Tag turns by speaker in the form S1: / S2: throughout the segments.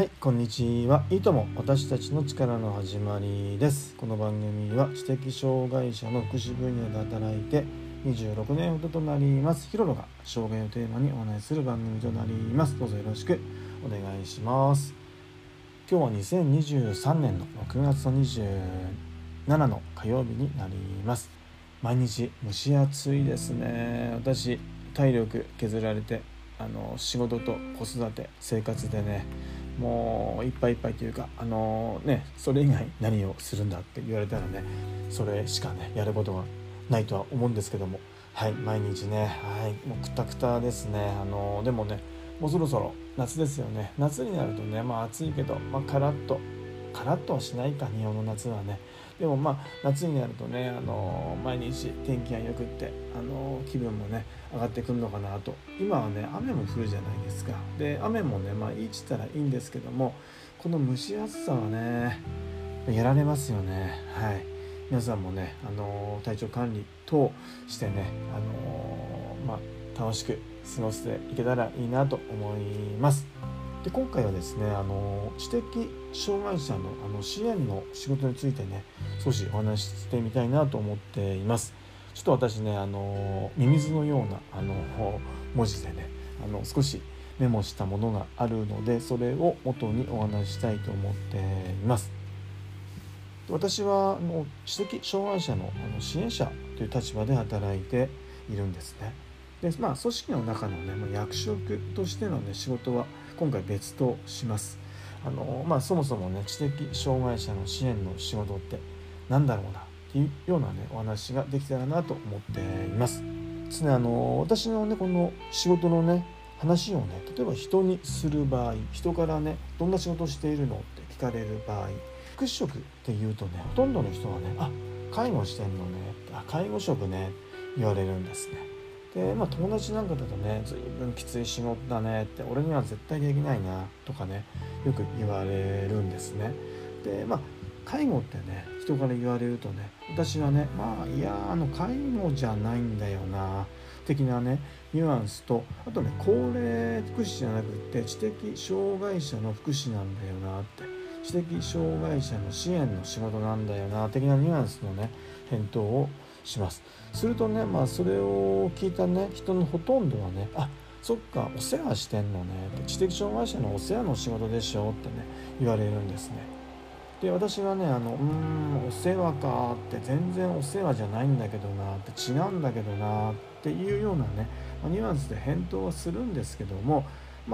S1: はい、こんにちは。いいとも私たちの力の始まりです。この番組は知的障害者の福祉分野で働いて26年ほどとなりますヒロロが障害をテーマにお話しする番組となります。どうぞよろしくお願いします。今日は2023年の6月の27の火曜日になります。毎日蒸し暑いですね。私体力削られて仕事と子育て生活でね、もういっぱいいっぱいというかそれ以外何をするんだって言われたらね、それしかねやることがないとは思うんですけども、はい毎日ね、もうクタクタですね。でもね、もうそろそろ夏ですよね。夏になるとね、暑いけど、カラッとはしないか、日本の夏はね。でも夏になるとね、毎日天気が良くって気分もね上がってくるのかなと。今はね雨も降るじゃないですか。で雨もねいいっつったらいいんですけども、この蒸し暑さはねやられますよね。皆さんもね体調管理等してね楽しく過ごしていけたらいいなと思います。で今回はですね知的障害者の支援の仕事についてね少しお話ししてみたいなと思っています。ちょっと私ねミミズのような文字でね少しメモしたものがあるので、それを元にお話ししたいと思っています。私は知的障害者の支援者という立場で働いているんですね。で組織の中のね役職としてのね仕事は今回別とします。そもそもね知的障害者の支援の仕事ってなんだろうなっていうようなねお話ができたらなと思っていますですね。私のねこの仕事のね話をね例えば人にする場合、人からねどんな仕事をしているのって聞かれる場合、福祉職って言うとねほとんどの人はね介護してんのね、介護職ね言われるんですね。で友達なんかだとね随分きつい仕事だねって、俺には絶対できないなとかねよく言われるんですね。で介護ってね人から言われるとね、私はねいや介護じゃないんだよな的なねニュアンスと、あとね高齢福祉じゃなくって知的障害者の福祉なんだよなって、知的障害者の支援の仕事なんだよな的なニュアンスのね返答をします。するとねそれを聞いたね人のほとんどはねそっかお世話してんのねって、知的障害者のお世話の仕事でしょってね言われるんですね。で私はねお世話かって、全然お世話じゃないんだけどなって、違うんだけどなっていうようなねニュアンスで返答はするんですけども、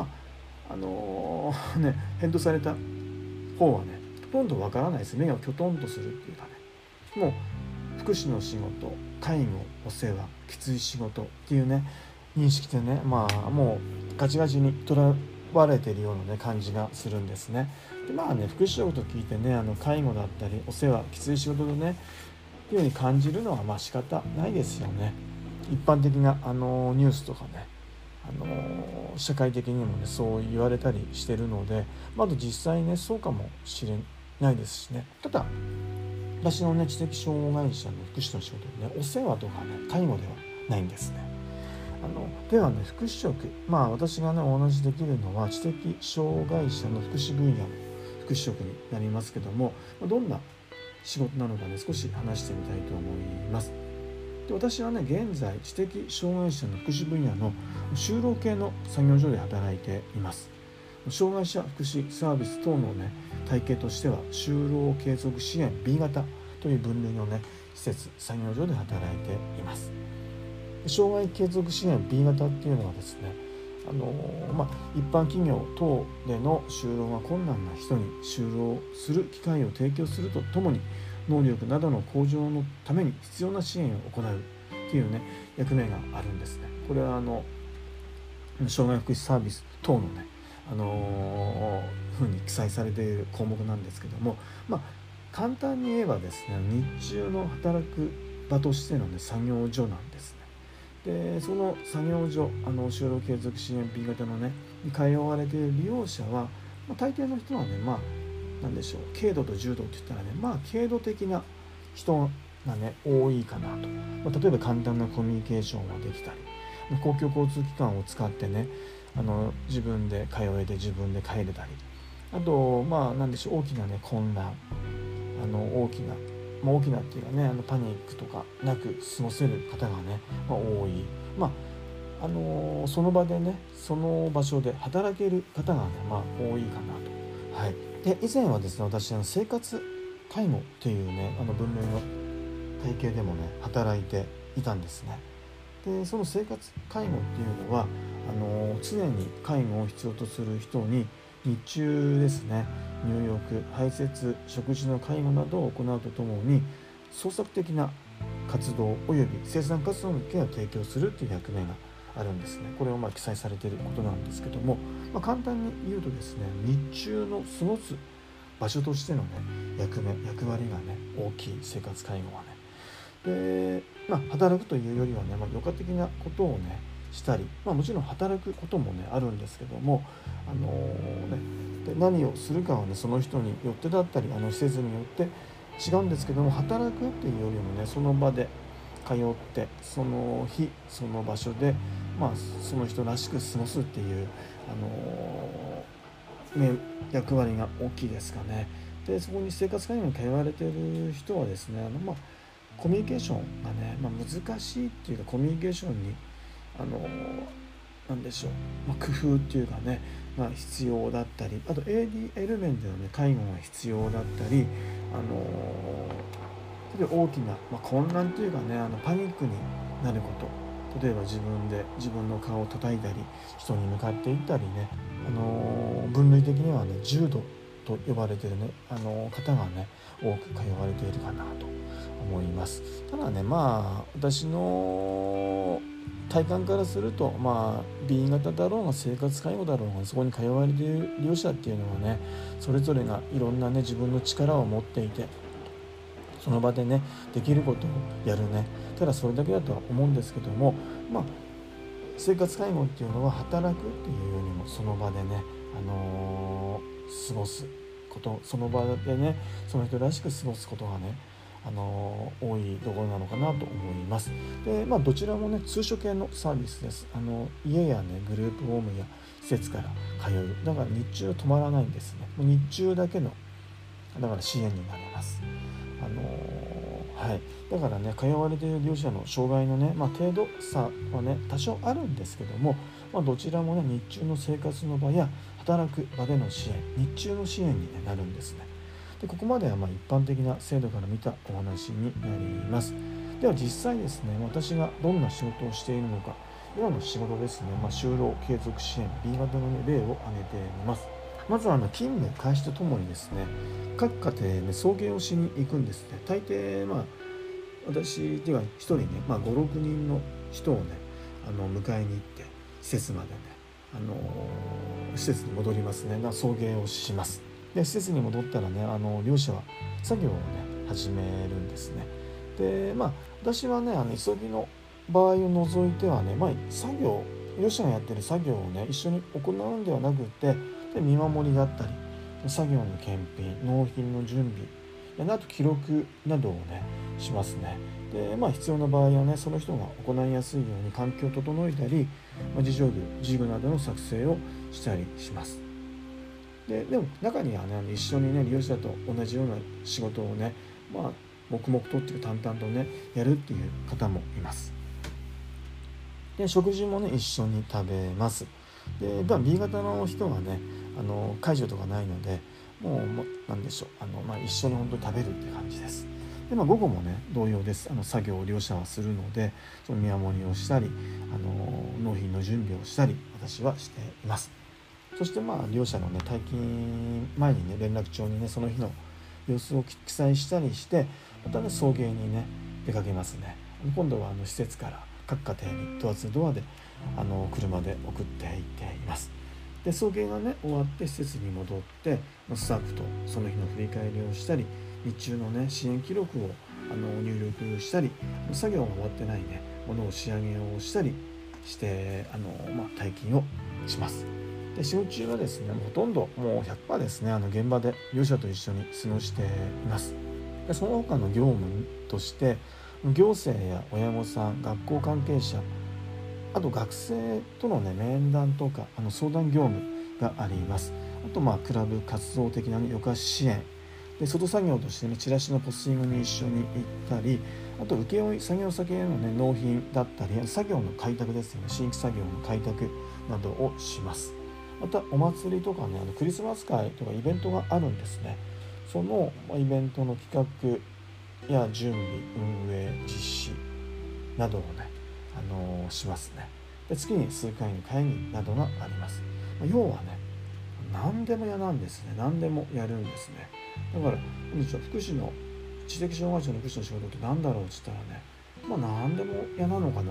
S1: 返答された方はねほとんどわからないです。目がきょとんとするっていうかね、もう福祉の仕事、介護、お世話、きつい仕事っていうね認識でねもうガチガチにとらわれているようなね感じがするんですね。で福祉職と聞いてね介護だったりお世話、きつい仕事でねっていうように感じるのは仕方ないですよね。一般的なニュースとかね社会的にもねそう言われたりしてるので、あと実際ねそうかもしれないですしね。ただ私のね知的障害者の福祉の仕事でねお世話とかね介護ではないんですね。ではね福祉職、私がねお話しできるのは知的障害者の福祉分野の福祉職になりますけども、どんな仕事なのかね少し話してみたいと思います。で私はね現在知的障害者の福祉分野の就労系の作業所で働いています。障害者福祉サービス等のね体系としては就労継続支援 B 型という分類のね施設作業所で働いています。障害継続支援 B 型っていうのはですね一般企業等での就労が困難な人に就労する機会を提供するとともに、能力などの向上のために必要な支援を行うっていうね役目があるんですね。これは障害福祉サービス等のねふうに記載されている項目なんですけども、簡単に言えばですね日中の働く場としてのね作業所なんですね。でその作業所就労継続支援 B 型のねに通われている利用者は、大抵の人はねなんでしょう、軽度と重度って言ったらね軽度的な人がね多いかなと。例えば簡単なコミュニケーションができたり、公共交通機関を使ってね自分で通えて自分で帰れたり、 あと何でしょう、大きなね混乱、大きな大きなっていうかねパニックとかなく過ごせる方がね、多い、その場でねその場所で働ける方がね、多いかなと。はい、で以前はですね、私生活介護っていうね分類の体系でもね働いていたんですね。でその生活介護っていうのは常に介護を必要とする人に日中ですね、入浴、排泄、食事の介護などを行うとともに創作的な活動および生産活動の機会を提供するという役目があるんですね。これを記載されていることなんですけども、簡単に言うとですね、日中の過ごす場所としてのね役割がね大きい生活介護はね。で働くというよりはね、余暇的なことをねしたり、もちろん働くこともねあるんですけども、で何をするかはねその人によってだったり施設によって違うんですけども、働くっていうよりもねその場で通ってその日その場所で、その人らしく過ごすっていう、役割が大きいですかね。でそこに生活介護に通われている人はですね、コミュニケーションがね、難しいっていうか、コミュニケーションになんでしょう、工夫っていうかね、必要だったり、あと ADL 面でのね介護が必要だったり、大きな、混乱というかねパニックになること、例えば自分の顔を叩いたり人に向かっていったりね、分類的にはね重度と呼ばれているね方がね多く通われているかなと思います。ただね私の体感からするとB 型だろうが生活介護だろうがそこに通われている利用者っていうのはね、それぞれがいろんなね自分の力を持っていて、その場でねできることをやるね、ただそれだけだとは思うんですけども、生活介護っていうのは働くっていうよりもその場でね、過ごすこと、その場でねその人らしく過ごすことがね多いところなのかなと思います。で、どちらもね通所系のサービスです。家やねグループホームや施設から通う、だから日中は止まらないんですね。日中だけのだから支援になります。だからね通われている利用者の障害のね、程度差はね多少あるんですけども、どちらもね日中の生活の場や働く場での支援、日中の支援に、なるんですね。でここまでは一般的な制度から見たお話になります。では実際ですね、私がどんな仕事をしているのか、今の仕事ですね、就労継続支援 B 型の例を挙げてみます。まず勤務開始とともにですね、各家庭ね送迎をしに行くんですね。大抵私では一人ね、5、6人の人をね迎えに行って施設までね施設に戻りますね。送迎をします。で施設に戻ったらね両者は作業をね始めるんですね。で私はね急ぎの場合を除いてはね、作業両者がやってる作業をね一緒に行うんではなくて、で見守りだったり作業の検品、納品の準備、あと記録などをねしますね。で必要な場合はねその人が行いやすいように環境を整えたり、自助具、事具などの作成をしたりします。でも中にはね一緒にね利用者と同じような仕事をね黙々とっていう淡々とねやるっていう方もいます。で食事もね一緒に食べます。でB 型の人はね介助とかないのでもう何でしょう一緒に本当に食べるって感じです。で午後もね同様です。作業を両者はするのでその見守りをしたり納品の準備をしたり私はしています。そして両者のね退勤前にね連絡帳にねその日の様子を記載したりしてまたね送迎にね出かけますね。今度は施設から各家庭にドアツードアで車で送っていっています。で送迎がね終わって施設に戻ってスタッフとその日の振り返りをしたり日中のね支援記録を入力したり作業が終わってないねものを仕上げをしたりして退勤をします。で仕事中はですねほとんどもう 100% ですね現場で利用者と一緒に過ごしています。でその他の業務として行政や親御さん、学校関係者、あと学生とのね面談とか相談業務があります。 あとクラブ活動的な、余暇支援で、外作業として、チラシのポスティングに一緒に行ったり、あと請負作業先への、納品だったり、作業の開拓ですよね、新規作業の開拓などをします。またお祭りとかね、クリスマス会とかイベントがあるんですね。そのイベントの企画や準備、運営、実施などをね、しますね。で、月に数回の会議などがあります。要はね、何でも嫌なんですね。何でもやるんですね。だから福祉の知的障害者の福祉の仕事って何だろうって言ったらね、何でも嫌なのかな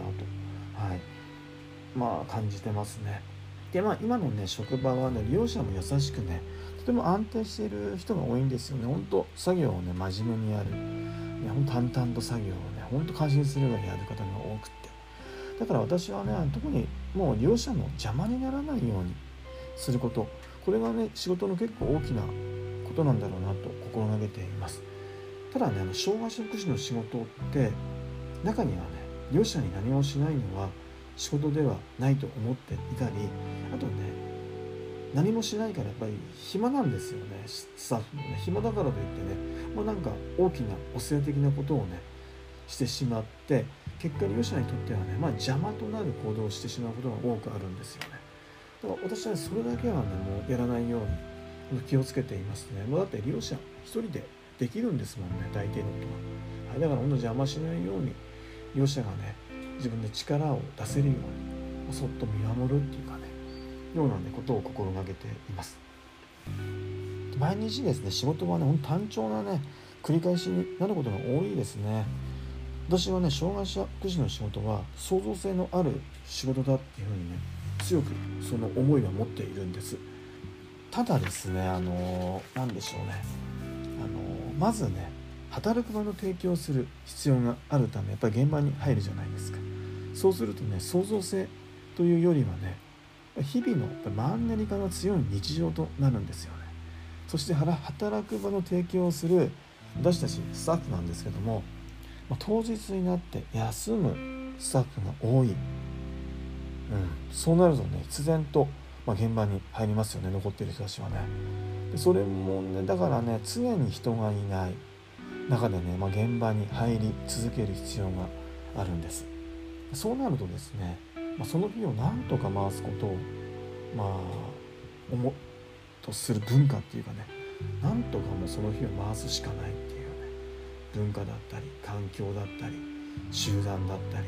S1: と、感じてますね。で、今のね、職場はね、利用者も優しくね、とても安定している人が多いんですよね。本当作業をね、真面目にやる、淡々と作業をね、本当感心するぐらいやる方が多くて、だから私はね、特にもう利用者の邪魔にならないようにすること、これがね、仕事の結構大きなことなんだろうなと心がけています。ただね、障害者福祉の仕事って中にはね、利用者に何もしないのは仕事ではないと思っていたり、あとね、何もしないからやっぱり暇なんですよね。スタッフもね、暇だからといってね、なんか大きなお世話的なことをねしてしまって、結果利用者にとってはね、邪魔となる行動をしてしまうことが多くあるんですよね。だから私はそれだけはね、もうやらないように気をつけていますね。だって利用者一人でできるんですもんね、大抵のことは。だから本当邪魔しないように利用者がね、自分で力を出せるようにそっと見守るっていうかね、ようなねことを心がけています。毎日ですね、仕事はね、本当単調なね繰り返しになることが多いですね。私はね、障害者福祉の仕事は創造性のある仕事だっていうふうにね、強くその思いは持っているんです。ただですね、なんでしょうね、まずね、働く場の提供する必要があるため、やっぱり現場に入るじゃないですか。そうするとね、創造性というよりはね、日々のマンネリ化が強い日常となるんですよね。そして働く場の提供をする私たちスタッフなんですけども、当日になって休むスタッフが多い、そうなるとね、必然と、現場に入りますよね、残っている人たちはね。でそれもね、だからね、常に人がいない中でね、現場に入り続ける必要があるんです。そうなるとですね、その日を何とか回すことを思とする文化っていうかね、なんとかもうその日を回すしかないっていうね、文化だったり環境だったり集団だったり、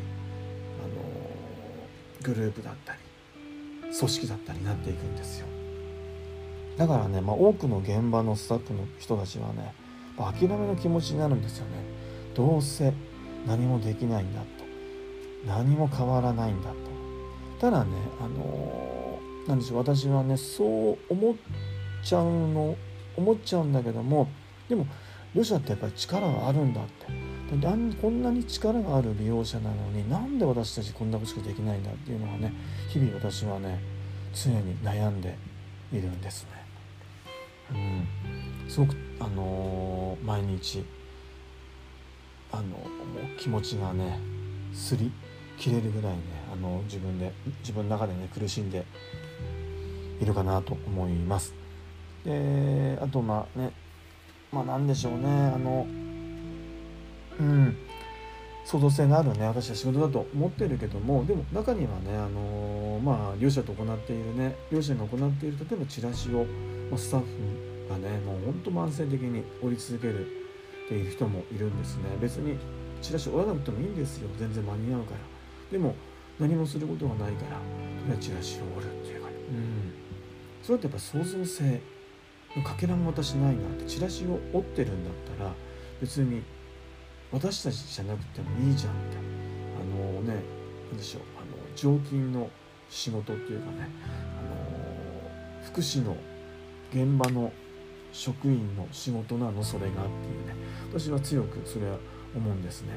S1: グループだったり組織だったりなっていくんですよ。だからね、多くの現場のスタッフの人たちはね、諦めの気持ちになるんですよね。どうせ何もできないんだと、何も変わらないんだと。ただね、なんでしょう、私はね、そう思っちゃうんだけども、でも利用者ってやっぱり力があるんだって、こんなに力がある利用者なのに、なんで私たちこんなことしかできないんだっていうのがね、日々私はね、常に悩んでいるんですね。すごく毎日もう気持ちがね擦り切れるぐらいね、自分の中でね苦しんでいるかなと思います。で、あとなんでしょうね、創造性のあるね、私は仕事だと思ってるけども、でも中にはね、利用者が行っている例えばチラシを、スタッフがね、もう本当慢性的に折り続けるっていう人もいるんですね。別にチラシ折らなくてもいいんですよ、全然間に合うから。でも何もすることがないから、チラシを折るっていうかね、それってやっぱ創造性のかけらも私ないなって。チラシを折ってるんだったら別に私たちじゃなくてもいいじゃんって、なんでしょう、常勤の仕事っていうかね、福祉の現場の職員の仕事なのそれがっていうね、私は強くそれは思うんですね。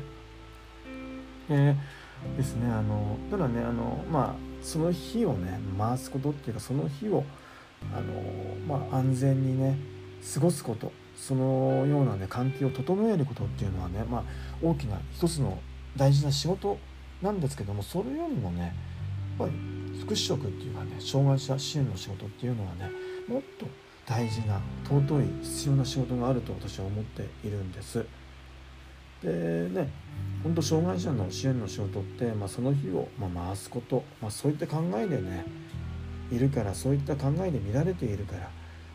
S1: ですね、ただね、その日をね回すことっていうか、その日を安全にね過ごすこと、そのようなね環境を整えることっていうのはね、大きな一つの大事な仕事なんですけども、それよりもね、やっぱり福祉職っていうかね、障害者支援の仕事っていうのはね、もっと大事な尊い必要な仕事があると私は思っているんです。でね、本当障害者の支援の仕事って、その日を回すこと、そういった考えでねいるから、そういった考えで乱れているから、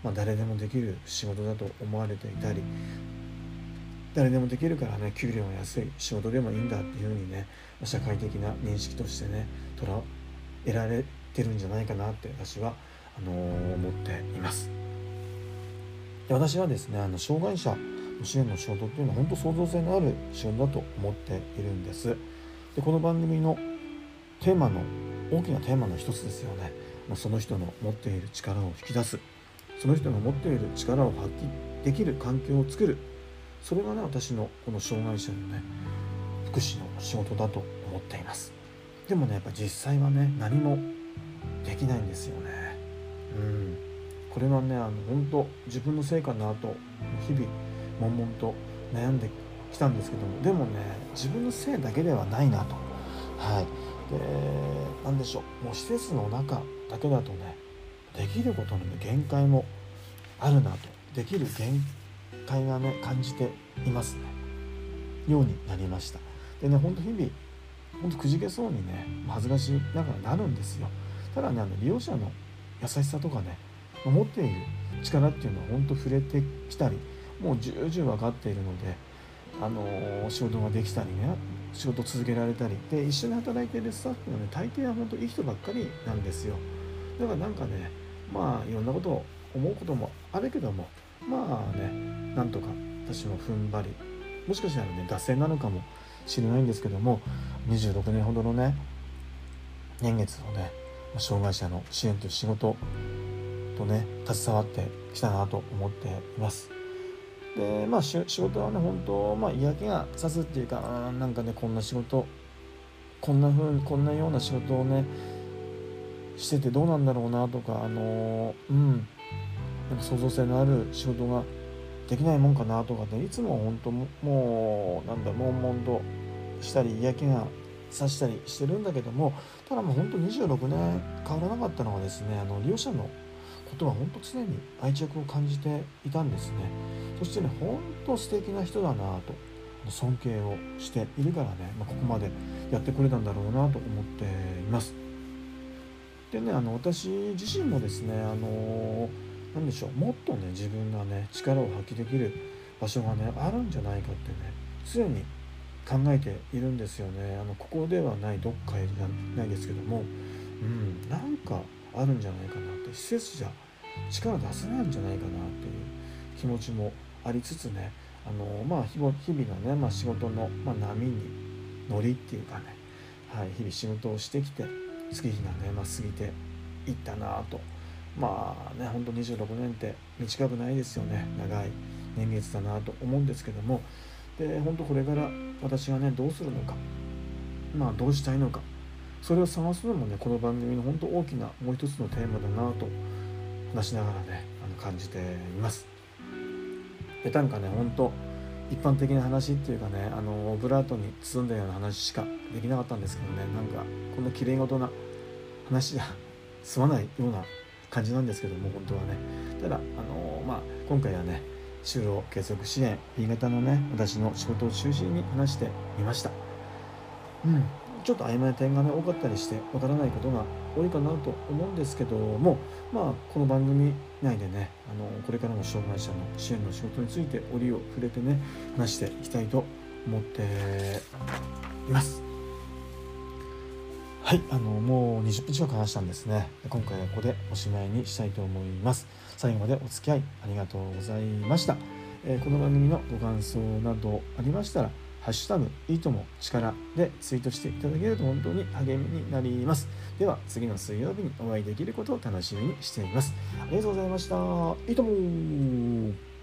S1: 誰でもできる仕事だと思われていたり、誰でもできるからね、給料が安い仕事でもいいんだっていうふうにね、社会的な認識としてね捉えられてるんじゃないかなって私は思っています。で、私はですね、障害者の支援の仕事っていうのは本当創造性のある仕事だと思っているんです。で、この番組の大きなテーマの一つですよね。その人の持っている力を引き出す、その人の持っている力を発揮できる環境を作る、それがね、私のこの障害者のね福祉の仕事だと思っています。でもね、やっぱ実際はね何もできないんですよね。これはね、本当自分のせいかなと日々悶々と悩んできたんですけども、でもね、自分のせいだけではないなと。で、なんでしょう、もう施設の中だけだとね、できることの限界もあるなと、できる限界がね感じていますね、ようになりました。でね、本当日々本当くじけそうにね、恥ずかしながらなるんですよ。ただね、利用者の優しさとかね、持っている力っていうのは本当触れてきたり、もう重々分かっているので、仕事ができたりね、仕事を続けられたりで、一緒に働いているスタッフもね、大抵は本当いい人ばっかりなんですよ。だからなんかね、いろんなことを思うこともあるけども、なんとか私も踏ん張り、もしかしたらね惰性なのかもしれないんですけども、26年ほどのね年月をね、障害者の支援という仕事とね携わってきたなと思っています。で、仕事はね本当嫌気がさすっていうか、なんかね、こんな仕事、こんなような仕事をねしててどうなんだろうなとか、なんか創造性のある仕事ができないもんかなとかね、いつも本当もう悶々としたり嫌気がさしたりしてるんだけども、ただ本当26年変わらなかったのはですね、利用者のことは本当常に愛着を感じていたんですね。そしてね、本当素敵な人だなと尊敬をしているからね、ここまでやってくれたんだろうなと思っています。でね、私自身もですね、なんでしょう、もっとね自分がね力を発揮できる場所がねあるんじゃないかってね常に考えているんですよね。ここではないどっかじゃないですけども、なんかあるんじゃないかなって、施設じゃ力出せないんじゃないかなっていう気持ちもありつつね、日々のね、仕事の、波に乗りっていうかね、日々仕事をしてきて月日がね、過ぎていったなと。本当26年って短くないですよね。長い年月だなと思うんですけども、で本当これから私がねどうするのか、どうしたいのか、それを探すのもねこの番組の本当大きなもう一つのテーマだなと話しながらね感じています。で、なんかね本当一般的な話っていうかね、オブラートに包んだような話しかできなかったんですけどね、なんかこんな綺麗事な話じゃ済まないような感じなんですけども、本当はね。ただ今回はね就労継続支援 B 型のね私の仕事を中心に話してみました。ちょっと曖昧な点がね多かったりしてわからないことが多いかなと思うんですけども、この番組内でねこれからの障害者の支援の仕事について折を触れてね話していきたいと思っています。はい、もう20分近く話したんですね。今回はここでおしまいにしたいと思います。最後までお付き合いありがとうございました。この番組のご感想などありましたら、ハッシュタグいいとも力でツイートしていただけると本当に励みになります。では次の水曜日にお会いできることを楽しみにしています。ありがとうございました。いいとも。